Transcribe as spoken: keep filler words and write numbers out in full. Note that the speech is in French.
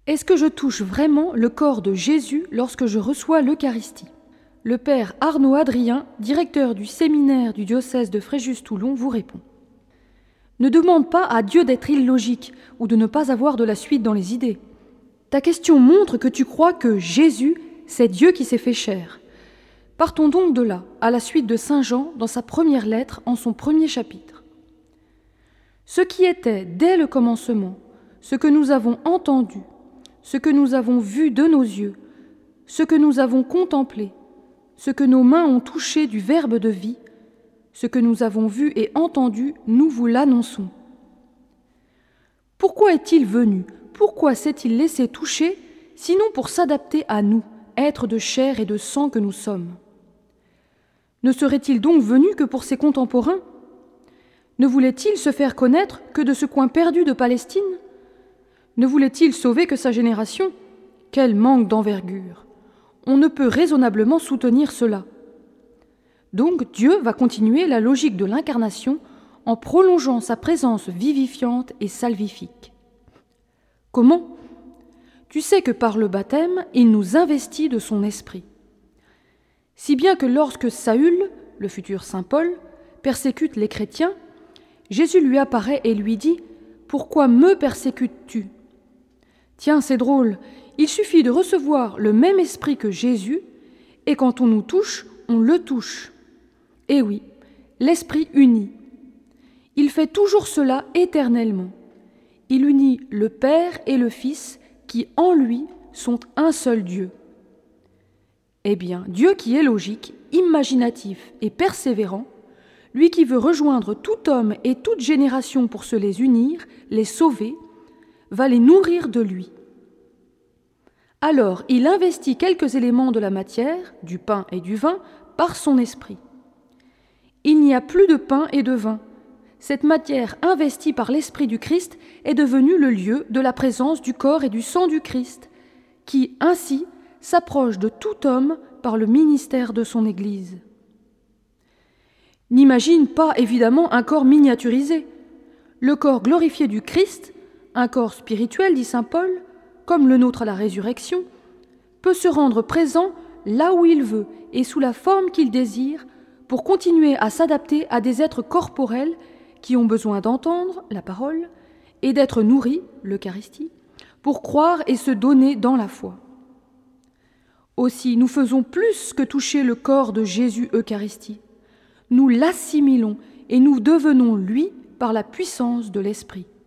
Est-ce que je touche vraiment le corps de Jésus lorsque je reçois l'Eucharistie ? Le père Arnaud Adrien, directeur du séminaire du diocèse de Fréjus-Toulon, vous répond. Ne demande pas à Dieu d'être illogique ou de ne pas avoir de la suite dans les idées. Ta question montre que tu crois que Jésus, c'est Dieu qui s'est fait chair. Partons donc de là, à la suite de saint Jean, dans sa première lettre, en son premier chapitre. Ce qui était dès le commencement, ce que nous avons entendu, ce que nous avons vu de nos yeux, ce que nous avons contemplé, ce que nos mains ont touché du Verbe de vie, ce que nous avons vu et entendu, nous vous l'annonçons. Pourquoi est-il venu ? Pourquoi s'est-il laissé toucher, sinon pour s'adapter à nous, êtres de chair et de sang que nous sommes ? Ne serait-il donc venu que pour ses contemporains ? Ne voulait-il se faire connaître que de ce coin perdu de Palestine ? Ne voulait-il sauver que sa génération ? Quel manque d'envergure ! On ne peut raisonnablement soutenir cela. Donc Dieu va continuer la logique de l'incarnation en prolongeant sa présence vivifiante et salvifique. Comment ? Tu sais que par le baptême, il nous investit de son esprit. Si bien que lorsque Saül, le futur saint Paul, persécute les chrétiens, Jésus lui apparaît et lui dit « Pourquoi me persécutes-tu » ? Tiens, c'est drôle, il suffit de recevoir le même esprit que Jésus, et quand on nous touche, on le touche. Eh oui, l'esprit unit. Il fait toujours cela éternellement. Il unit le Père et le Fils, qui en lui sont un seul Dieu. Eh bien, Dieu qui est logique, imaginatif et persévérant, lui qui veut rejoindre tout homme et toute génération pour se les unir, les sauver, va les nourrir de lui. Alors, il investit quelques éléments de la matière, du pain et du vin, par son esprit. Il n'y a plus de pain et de vin. Cette matière investie par l'esprit du Christ est devenue le lieu de la présence du corps et du sang du Christ, qui, ainsi, s'approche de tout homme par le ministère de son Église. N'imagine pas, évidemment, un corps miniaturisé. Le corps glorifié du Christ, un corps spirituel, dit saint Paul, comme le nôtre à la résurrection, peut se rendre présent là où il veut et sous la forme qu'il désire pour continuer à s'adapter à des êtres corporels qui ont besoin d'entendre la parole et d'être nourris, l'Eucharistie, pour croire et se donner dans la foi. Aussi, nous faisons plus que toucher le corps de Jésus Eucharistie. Nous l'assimilons et nous devenons lui par la puissance de l'Esprit.